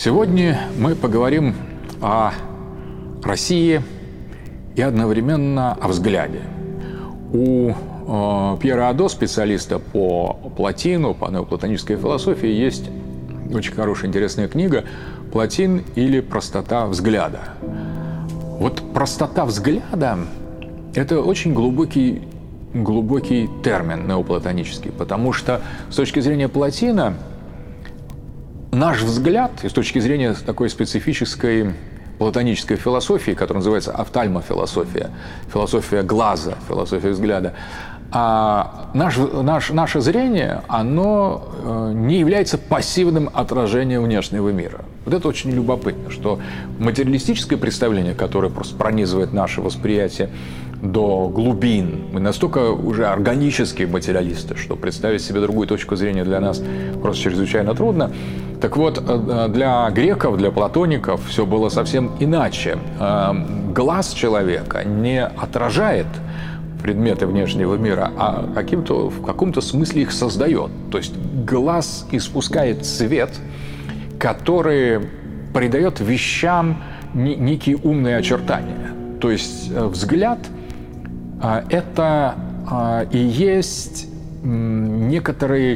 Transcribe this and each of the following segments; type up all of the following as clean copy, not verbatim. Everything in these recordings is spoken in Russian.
Сегодня мы поговорим о России и одновременно о взгляде. У Пьера Адо, специалиста по Платину, по неоплатонической философии, есть очень хорошая, интересная книга «Платин или простота взгляда». Вот простота взгляда – это очень глубокий термин неоплатонический, потому что с точки зрения Платина наш взгляд, и с точки зрения такой специфической платонической философии, которая называется офтальмофилософия, философия глаза, философия взгляда, наше зрение, оно не является пассивным отражением внешнего мира. Вот это очень любопытно, что материалистическое представление, которое просто пронизывает наше восприятие до глубин, мы настолько уже органические материалисты, что представить себе другую точку зрения для нас просто чрезвычайно трудно. Так вот, для греков, для платоников все было совсем иначе. Глаз человека не отражает предметы внешнего мира, а в каком-то смысле их создает. То есть глаз испускает свет, который придает вещам некие умные очертания. То есть взгляд – это и есть некоторый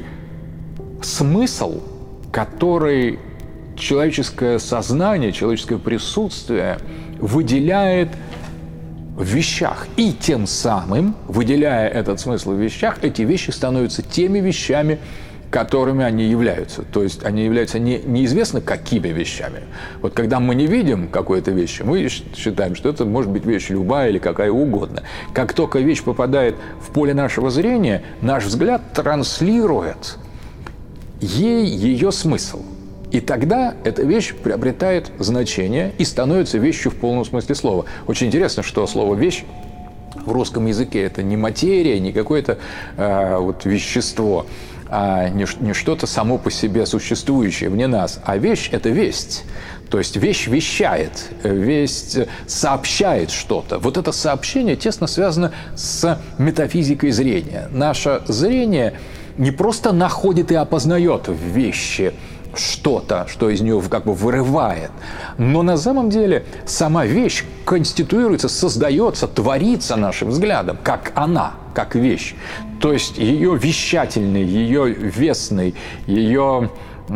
смысл, который человеческое сознание, человеческое присутствие выделяет в вещах. И тем самым, выделяя этот смысл в вещах, эти вещи становятся теми вещами, которыми они являются. То есть они являются неизвестно какими вещами. Вот когда мы не видим какой-то вещи, мы считаем, что это может быть вещь любая или какая угодно. Как только вещь попадает в поле нашего зрения, наш взгляд транслирует ей ее смысл. И тогда эта вещь приобретает значение и становится вещью в полном смысле слова. Очень интересно, что слово «вещь» в русском языке – это не материя, не какое-то вещество, а не что-то само по себе существующее вне нас, а вещь – это весть. То есть вещь вещает, весть сообщает что-то. Вот это сообщение тесно связано с метафизикой зрения. Наше зрение не просто находит и опознает в вещи что-то, что из нее как бы вырывает, но на самом деле сама вещь конституируется, создается, творится нашим взглядом, как она, как вещь. То есть ее вещательный, ее весный, ее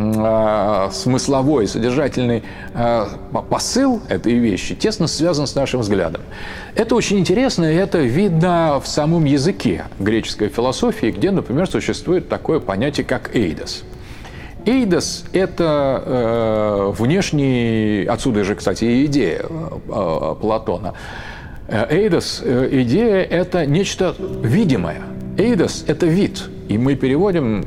смысловой, содержательный посыл этой вещи тесно связан с нашим взглядом. Это очень интересно, и это видно в самом языке греческой философии, где, например, существует такое понятие, как эйдос. Эйдос – это внешний, отсюда же, кстати, и идея Платона. Эйдос, идея – это нечто видимое. Эйдос – это вид. И мы переводим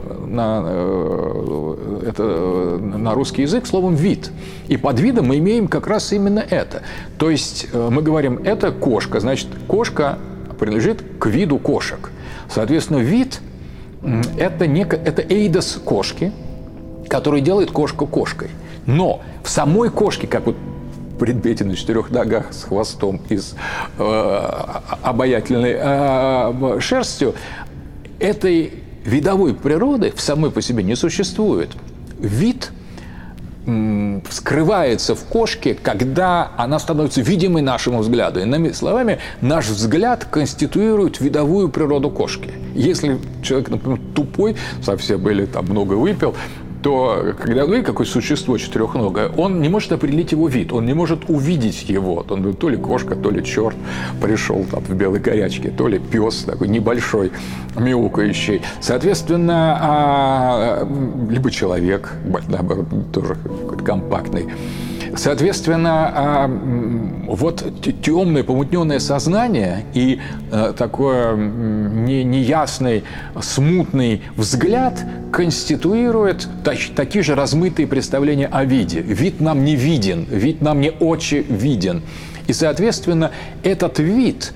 на русский язык словом «вид». И под видом мы имеем как раз именно это. То есть мы говорим «это кошка», значит, кошка принадлежит к виду кошек. Соответственно, вид – это эйдос кошки, который делает кошку кошкой. Но в самой кошке, как вот предмете на 4 ногах с хвостом и с обаятельной шерстью, этой видовой природы в самой по себе не существует. Вид скрывается в кошке, когда она становится видимой нашему взгляду. Иными словами, наш взгляд конституирует видовую природу кошки. Если человек, например, тупой совсем или там много выпил, то когда он видит какое существо четырехногое, он не может определить его вид, он не может увидеть его. Он то ли кошка, то ли черт пришел там в белой горячке, то ли пес такой небольшой, мяукающий. Соответственно, либо человек, наоборот, тоже какой-то компактный. Соответственно, вот темное, помутненное сознание и такой неясный, смутный взгляд конституирует такие же размытые представления о виде. Вид нам не виден, вид нам не очевиден. И, соответственно, этот вид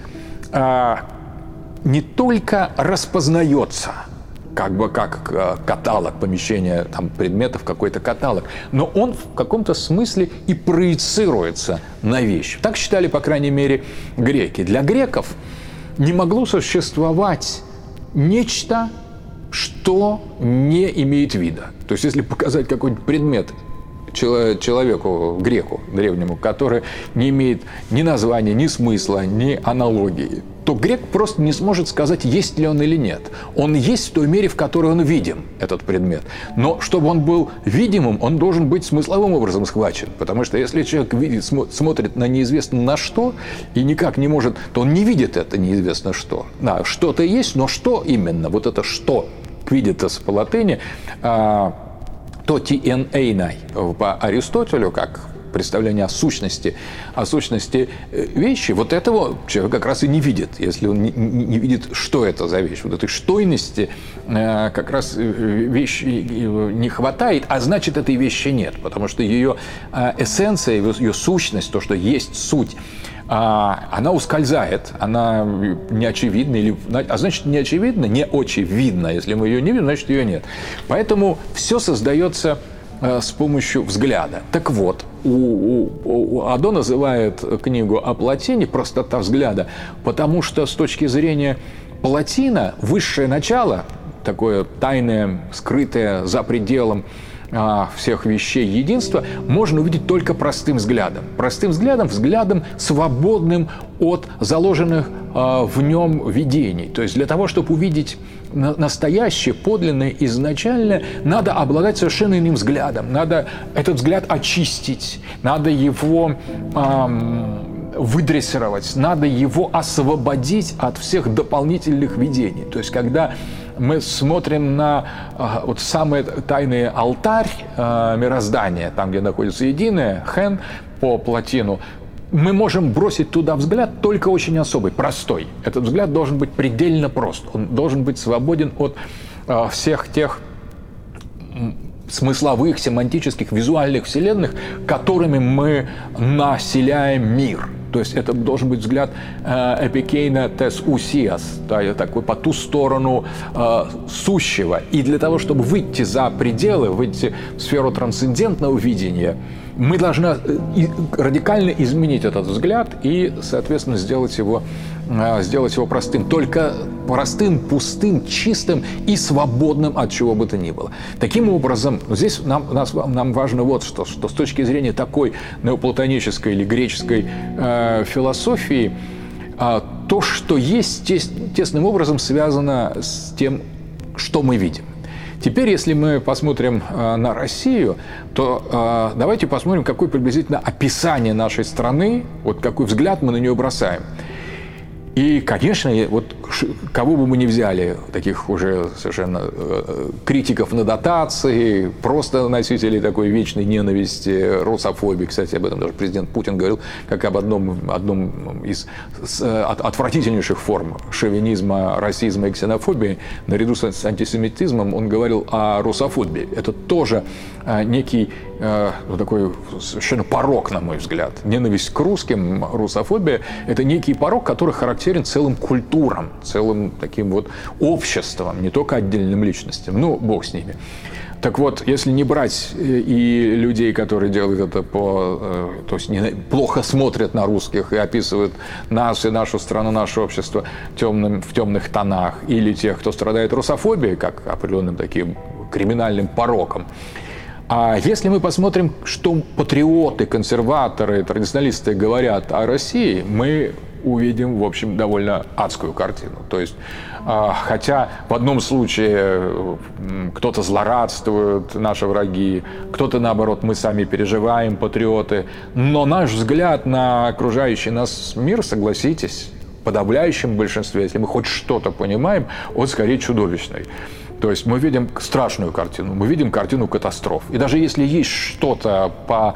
не только распознается, как бы как каталог, помещение там, предметов, какой-то каталог, но он в каком-то смысле и проецируется на вещь. Так считали, по крайней мере, греки. Для греков не могло существовать нечто, что не имеет вида. То есть, если показать какой-нибудь предмет человеку, греку древнему, который не имеет ни названия, ни смысла, ни аналогии, то грек просто не сможет сказать, есть ли он или нет. Он есть в той мере, в которой он видим, этот предмет. Но чтобы он был видимым, он должен быть смысловым образом схвачен. Потому что если человек видит, смотрит на неизвестно на что и никак не может, то он не видит это неизвестно что. Да, что-то есть, но что именно? Вот это что видится по латыни, то тиэн-эйнай по Аристотелю, как представление о сущности вещи, вот этого человек как раз и не видит, если он не видит, что это за вещь. Вот этой штойности как раз вещи не хватает, а значит, этой вещи нет, потому что ее эссенция, ее сущность, то, что есть суть, она ускользает, она не очевидна, а значит, не очевидна, не очевидна. Если мы ее не видим, значит, ее нет. Поэтому все создается с помощью взгляда. Так вот, Адо называет книгу о плотине «Простота взгляда», потому что с точки зрения плотина, высшее начало, такое тайное, скрытое за пределом всех вещей единства, можно увидеть только простым взглядом. Простым взглядом, взглядом свободным от заложенных в нем видений. То есть для того, чтобы увидеть настоящее, подлинное, изначальное, надо обладать совершенно иным взглядом. Надо этот взгляд очистить, надо его выдрессировать, надо его освободить от всех дополнительных видений. То есть когда мы смотрим на вот самый тайный алтарь мироздания, там, где находится единое, хэн, по плотину, мы можем бросить туда взгляд только очень особый, простой. Этот взгляд должен быть предельно прост. Он должен быть свободен от всех тех смысловых, семантических, визуальных вселенных, которыми мы населяем мир. То есть это должен быть взгляд эпикейна тес усиас, такой по ту сторону сущего. И для того, чтобы выйти за пределы, выйти в сферу трансцендентного видения, мы должны радикально изменить этот взгляд и, соответственно, сделать его простым. Только простым, пустым, чистым и свободным от чего бы то ни было. Таким образом, здесь нам важно вот что с точки зрения такой неоплатонической или греческой философии, то, что есть, тесным образом связано с тем, что мы видим. Теперь, если мы посмотрим на Россию, то давайте посмотрим, какое приблизительно описание нашей страны, вот какой взгляд мы на нее бросаем. И, конечно, вот кого бы мы ни взяли, таких уже совершенно критиков на дотации, просто носителей такой вечной ненависти, русофобии, кстати, об этом даже президент Путин говорил, как об одном из отвратительнейших форм шовинизма, расизма и ксенофобии, наряду с антисемитизмом он говорил о русофобии. Это тоже некий такой совершенно порок, на мой взгляд. Ненависть к русским, русофобия – это некий порок, который характерен целым культурам, целым таким вот обществом, не только отдельным личностям. Ну, бог с ними. Так вот, если не брать и людей, которые делают это то есть плохо смотрят на русских и описывают нас и нашу страну, наше общество в темных тонах, или тех, кто страдает русофобией, как определенным таким криминальным пороком. А если мы посмотрим, что патриоты, консерваторы, традиционалисты говорят о России, мы увидим, в общем, довольно адскую картину. То есть, хотя в одном случае кто-то злорадствует, наши враги, кто-то, наоборот, мы сами переживаем, патриоты, но наш взгляд на окружающий нас мир, согласитесь, в подавляющем большинстве, если мы хоть что-то понимаем, он скорее чудовищный. То есть мы видим страшную картину, мы видим картину катастроф. И даже если есть что-то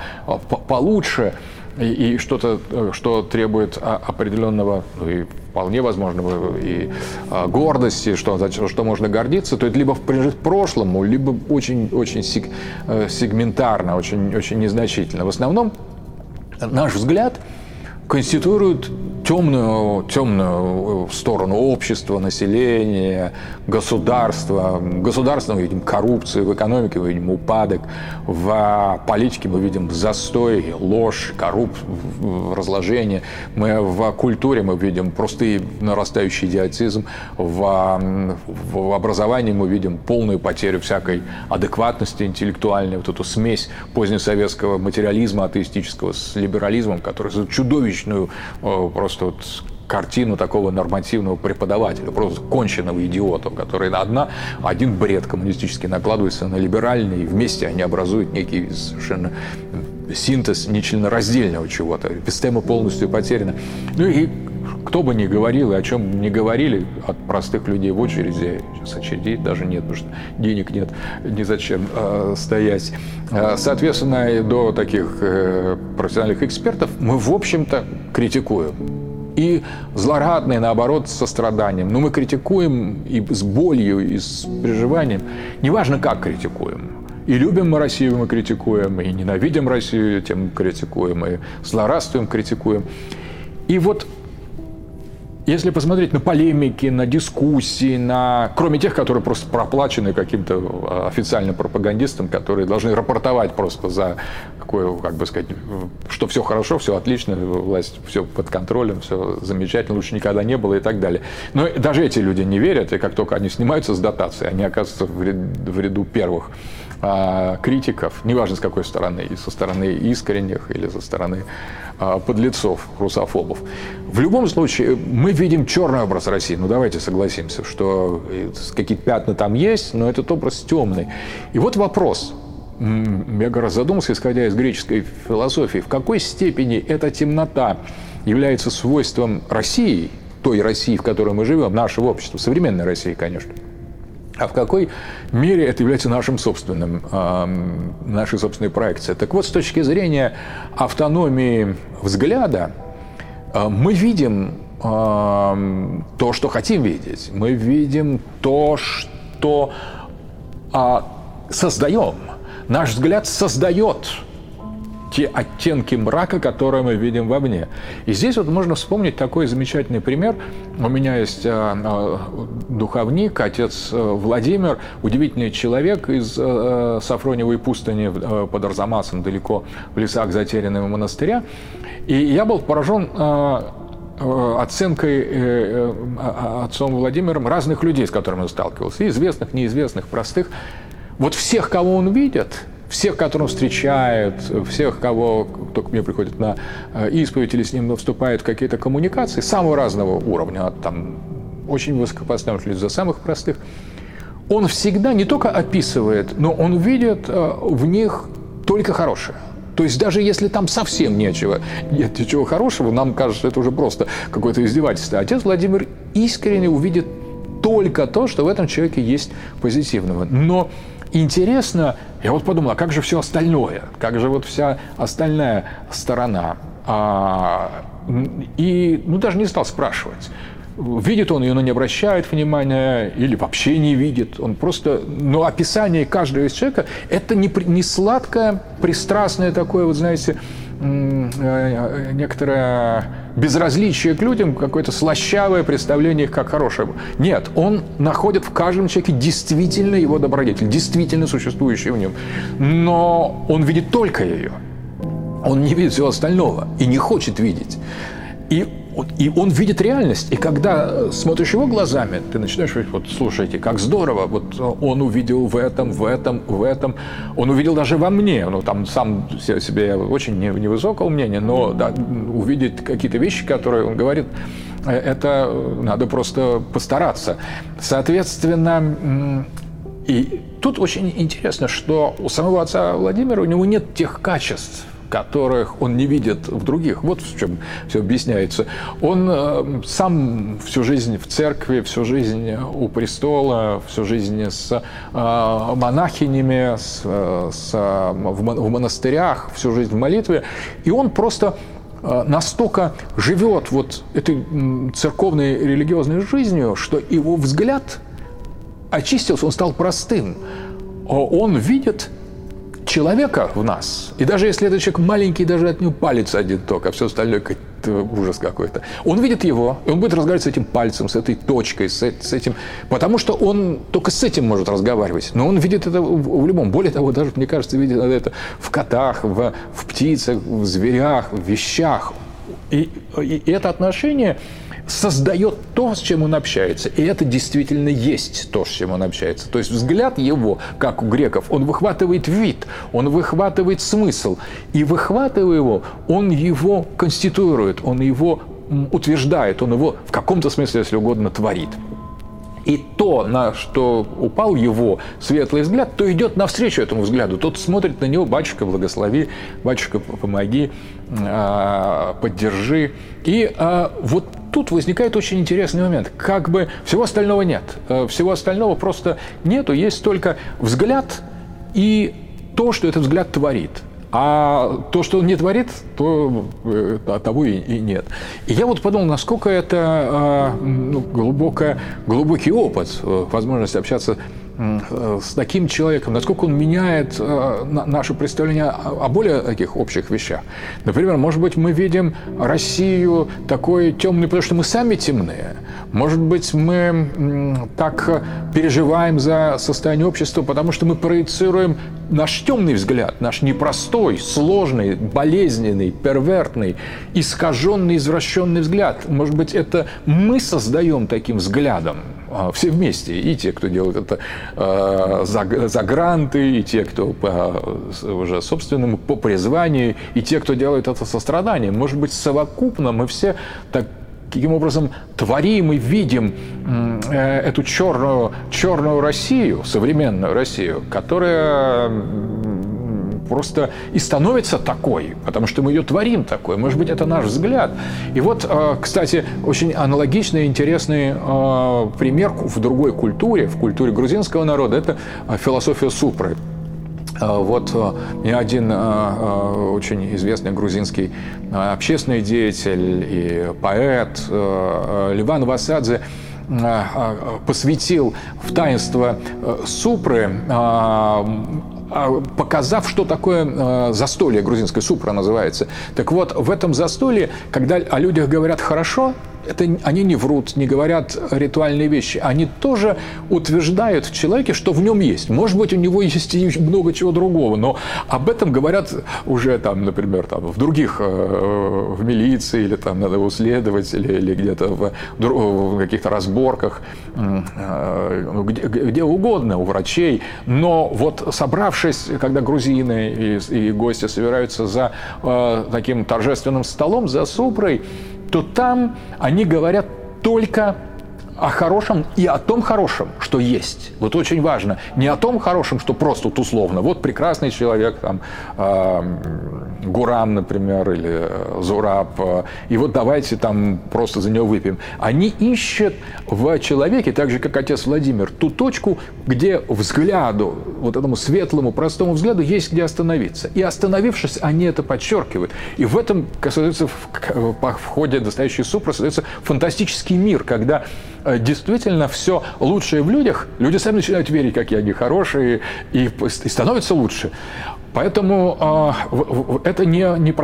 получше и что-то, что требует определенного, ну и вполне возможного и гордости, что можно гордиться, то это либо принадлежит прошлому, либо очень сегментарно, очень незначительно. В основном наш взгляд конституируют темную сторону общества, населения, государства. В государстве мы видим коррупцию, в экономике мы видим упадок, в политике мы видим застой, ложь, разложение. В культуре мы видим просто нарастающий идиотизм, в образовании мы видим полную потерю всякой адекватности интеллектуальной, вот эту смесь позднесоветского материализма атеистического с либерализмом, который за чудовищную просто вот картину такого нормативного преподавателя, просто конченного идиота, который один бред коммунистический накладывается на либеральный, и вместе они образуют некий совершенно синтез нечленораздельного чего-то. Эпистема полностью потеряна. Ну и кто бы ни говорил, и о чем ни говорили, от простых людей в очереди, сейчас очередей даже нет, потому что денег нет, ни зачем стоять. Соответственно, и до таких профессиональных экспертов мы, в общем-то, критикуем. И злорадные, наоборот, с состраданием. Но мы критикуем и с болью, и с переживанием. Неважно, как критикуем. И любим мы Россию, мы критикуем, и ненавидим Россию, тем критикуем, и злорадствуем, критикуем. И вот если посмотреть на полемики, на дискуссии, кроме тех, которые просто проплачены каким-то официальным пропагандистом, которые должны рапортовать просто за какое, как бы сказать, что все хорошо, все отлично, власть все под контролем, все замечательно, лучше никогда не было и так далее. Но даже эти люди не верят, и как только они снимаются с дотации, они оказываются в ряду первых критиков, неважно с какой стороны, и со стороны искренних или со стороны подлецов, русофобов. В любом случае, мы видим черный образ России. Ну, давайте согласимся, что какие-то пятна там есть, но этот образ темный. И вот вопрос. Я гораздо задумался, исходя из греческой философии, в какой степени эта темнота является свойством России, той России, в которой мы живем, нашего общества, современной России, конечно. А в какой мере это является нашей собственной проекцией? Так вот, с точки зрения автономии взгляда, мы видим то, что хотим видеть. Мы видим то, что создаем. Наш взгляд создает те оттенки мрака, которые мы видим вовне. И здесь вот можно вспомнить такой замечательный пример. У меня есть духовник, отец Владимир, удивительный человек из Сафроневой пустыни под Арзамасом, далеко в лесах затерянного монастыря. И я был поражен оценкой отцом Владимиром разных людей, с которыми он сталкивался. И известных, неизвестных, простых. Вот всех, кого он видит, всех, которых он встречает, всех, кто к мне приходит на исповедь или с ним вступает в какие-то коммуникации самого разного уровня, от очень высокопоставленных людей до самых простых, он всегда не только описывает, но он видит в них только хорошее. То есть даже если там совсем нет ничего хорошего, нам кажется, что это уже просто какое-то издевательство. Отец Владимир искренне увидит только то, что в этом человеке есть позитивного. Но интересно, я вот подумал, а как же все остальное? Как же вот вся остальная сторона? И даже не стал спрашивать. Видит он ее, но не обращает внимания, или вообще не видит. Он просто... Но описание каждого из человека – это не сладкое, пристрастное такое, вот знаете, некоторое безразличие к людям, какое-то слащавое представление их как хорошего. Нет, он находит в каждом человеке действительно его добродетель, действительно существующую в нем. Но он видит только ее. Он не видит всего остального и не хочет видеть. И он видит реальность. И когда смотришь его глазами, ты начинаешь говорить, вот слушайте, как здорово, вот он увидел в этом. Он увидел даже во мне. Ну, там сам себе очень невысокого мнения, но да, увидеть какие-то вещи, которые он говорит, это надо просто постараться. Соответственно, и тут очень интересно, что у самого отца Владимира у него нет тех качеств, которых он не видит в других. Вот в чем все объясняется. Он сам всю жизнь в церкви, всю жизнь у престола, всю жизнь с монахинями, в монастырях, всю жизнь в молитве. И он просто настолько живет вот этой церковной религиозной жизнью, что его взгляд очистился, он стал простым. Он видит человека в нас. И даже если этот человек маленький, даже от него палец один только, а все остальное это ужас какой-то. Он видит его, и он будет разговаривать с этим пальцем, с этой точкой, с этим, потому что он только с этим может разговаривать. Но он видит это в любом. Более того, даже, мне кажется, видит это в котах, в птицах, в зверях, в вещах. И это отношение создает то, с чем он общается. И это действительно есть то, с чем он общается. То есть взгляд его, как у греков, он выхватывает вид, он выхватывает смысл. И выхватывая его, он его конституирует, он его утверждает, он его в каком-то смысле, если угодно, творит. И то, на что упал его светлый взгляд, то идет навстречу этому взгляду. Тот смотрит на него: батюшка, благослови, батюшка, помоги, поддержи. И вот тут возникает очень интересный момент. Как бы всего остального нет. Всего остального просто нету. Есть только взгляд и то, что этот взгляд творит. А то, что он не творит, то того и нет. И я вот подумал, насколько это глубокий опыт, возможность общаться с таким человеком, насколько он меняет наше представление о более таких общих вещах. Например, может быть, мы видим Россию такой темной, потому что мы сами темные. Может быть, мы так переживаем за состояние общества, потому что мы проецируем наш темный взгляд, наш непростой, сложный, болезненный, первертный, искаженный, извращенный взгляд. Может быть, это мы создаем таким взглядом, все вместе, и те, кто делает это за гранты, и те, кто уже собственному по призванию, и те, кто делает это со страданием. Может быть, совокупно мы все таким образом творим и видим эту черную Россию, современную Россию, которая просто и становится такой, потому что мы ее творим такой. Может быть, это наш взгляд. И вот, кстати, очень аналогичный, интересный пример в другой культуре, в культуре грузинского народа, это философия Супры. Вот мне один очень известный грузинский общественный деятель и поэт Леван Васадзе посвятил в таинство Супры, показав, что такое застолье, грузинское Супра называется. Так вот, в этом застолье, когда о людях говорят «хорошо», они не врут, не говорят ритуальные вещи. Они тоже утверждают в человеке, что в нем есть. Может быть, у него есть и много чего другого, но об этом говорят уже, там, например, там, в других, в милиции, или там надо у следователей, или где-то в каких-то разборках, где угодно, у врачей. Но вот собравшись, когда грузины и гости собираются за таким торжественным столом, за Супрой, то там они говорят только о хорошем и о том хорошем, что есть. Вот очень важно. Не о том хорошем, что просто вот условно. Вот прекрасный человек, там, Гурам, например, или Зураб, и вот давайте там просто за него выпьем. Они ищут в человеке, так же, как отец Владимир, ту точку, где взгляду, вот этому светлому, простому взгляду, есть где остановиться. И остановившись, они это подчеркивают. И в этом, создается, в ходе настоящей Супры, создается фантастический мир, когда действительно все лучшее в людях, люди сами начинают верить, какие они хорошие, и становятся лучше. Поэтому это не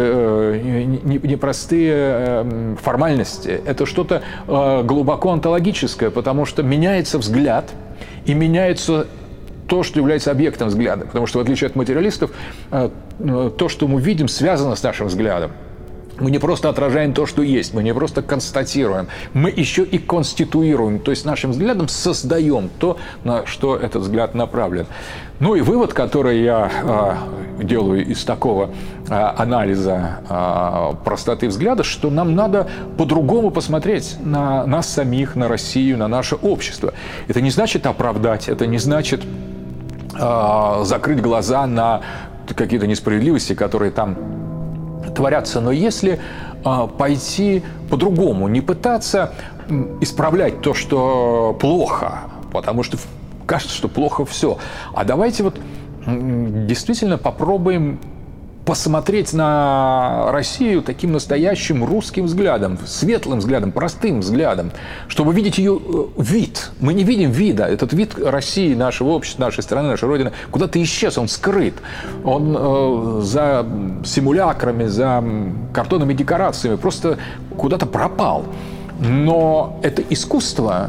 простые формальности, это что-то глубоко онтологическое, потому что меняется взгляд и меняется то, что является объектом взгляда. Потому что, в отличие от материалистов, то, что мы видим, связано с нашим взглядом. Мы не просто отражаем то, что есть, мы не просто констатируем, мы еще и конституируем, то есть нашим взглядом создаем то, на что этот взгляд направлен. Ну и вывод, который я делаю из такого анализа простоты взгляда, что нам надо по-другому посмотреть на нас самих, на Россию, на наше общество. Это не значит оправдать, это не значит закрыть глаза на какие-то несправедливости, которые там творятся. Но если пойти по-другому, не пытаться исправлять то, что плохо, потому что кажется, что плохо все, а давайте вот действительно попробуем посмотреть на Россию таким настоящим русским взглядом, светлым взглядом, простым взглядом, чтобы видеть ее вид. Мы не видим вида. Этот вид России, нашего общества, нашей страны, нашей Родины куда-то исчез, он скрыт. Он за симулякрами, за картонными декорациями просто куда-то пропал. Но это искусство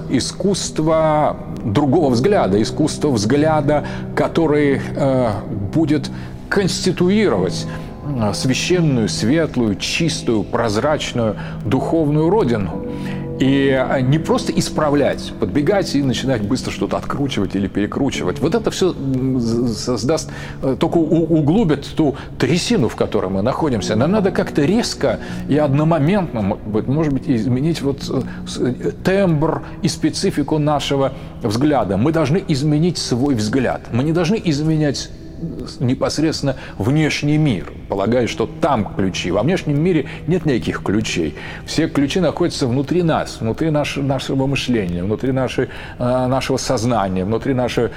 другого взгляда, искусство взгляда, который будет конституировать священную, светлую, чистую, прозрачную духовную родину. И не просто исправлять, подбегать и начинать быстро что-то откручивать или перекручивать. Вот это все создаст, только углубит ту трясину, в которой мы находимся. Нам надо как-то резко и одномоментно, может быть, изменить вот тембр и специфику нашего взгляда. Мы должны изменить свой взгляд. Мы не должны изменять непосредственно внешний мир, полагая, что там ключи. Во внешнем мире нет никаких ключей. Все ключи находятся внутри нас, внутри нашего мышления, внутри нашего сознания, внутри нашего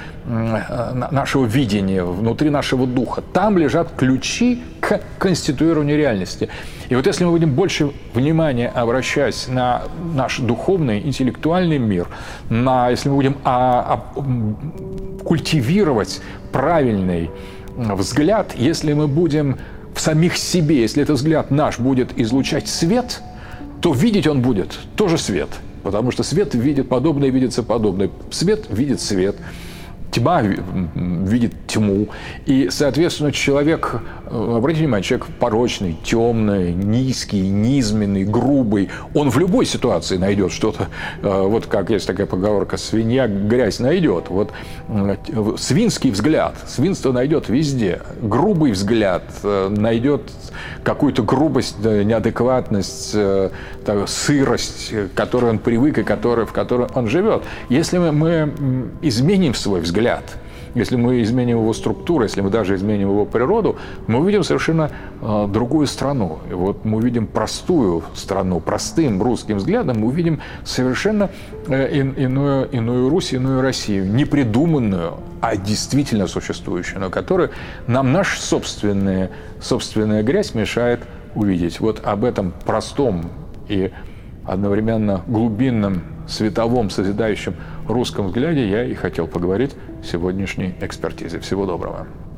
видения, внутри нашего духа. Там лежат ключи к конституированию реальности. И вот если мы будем больше внимания обращать на наш духовный, интеллектуальный мир, если мы будем культивировать правильный взгляд, если мы будем в самих себе, если этот взгляд наш будет излучать свет, то видеть он будет тоже свет. Потому что свет видит подобное, видится подобное. Свет видит свет. Тьма видит тьму. И, соответственно, человек, обратите внимание, человек порочный, темный, низкий, низменный, грубый, он в любой ситуации найдет что-то. Вот как есть такая поговорка: свинья грязь найдет. Вот свинский взгляд, свинство найдет везде. Грубый взгляд найдет какую-то грубость, неадекватность, сырость, к которой он привык и в которой он живет. Если мы изменим свой взгляд, если мы изменим его структуру, если мы даже изменим его природу, мы увидим совершенно другую страну. И вот мы увидим простую страну, простым русским взглядом, мы увидим совершенно иную Русь, иную Россию, не придуманную, а действительно существующую, но которую нам наша собственная грязь мешает увидеть. Вот об этом простом и одновременно глубинном, световом, созидающем русском взгляде я и хотел поговорить в сегодняшней экспертизе. Всего доброго.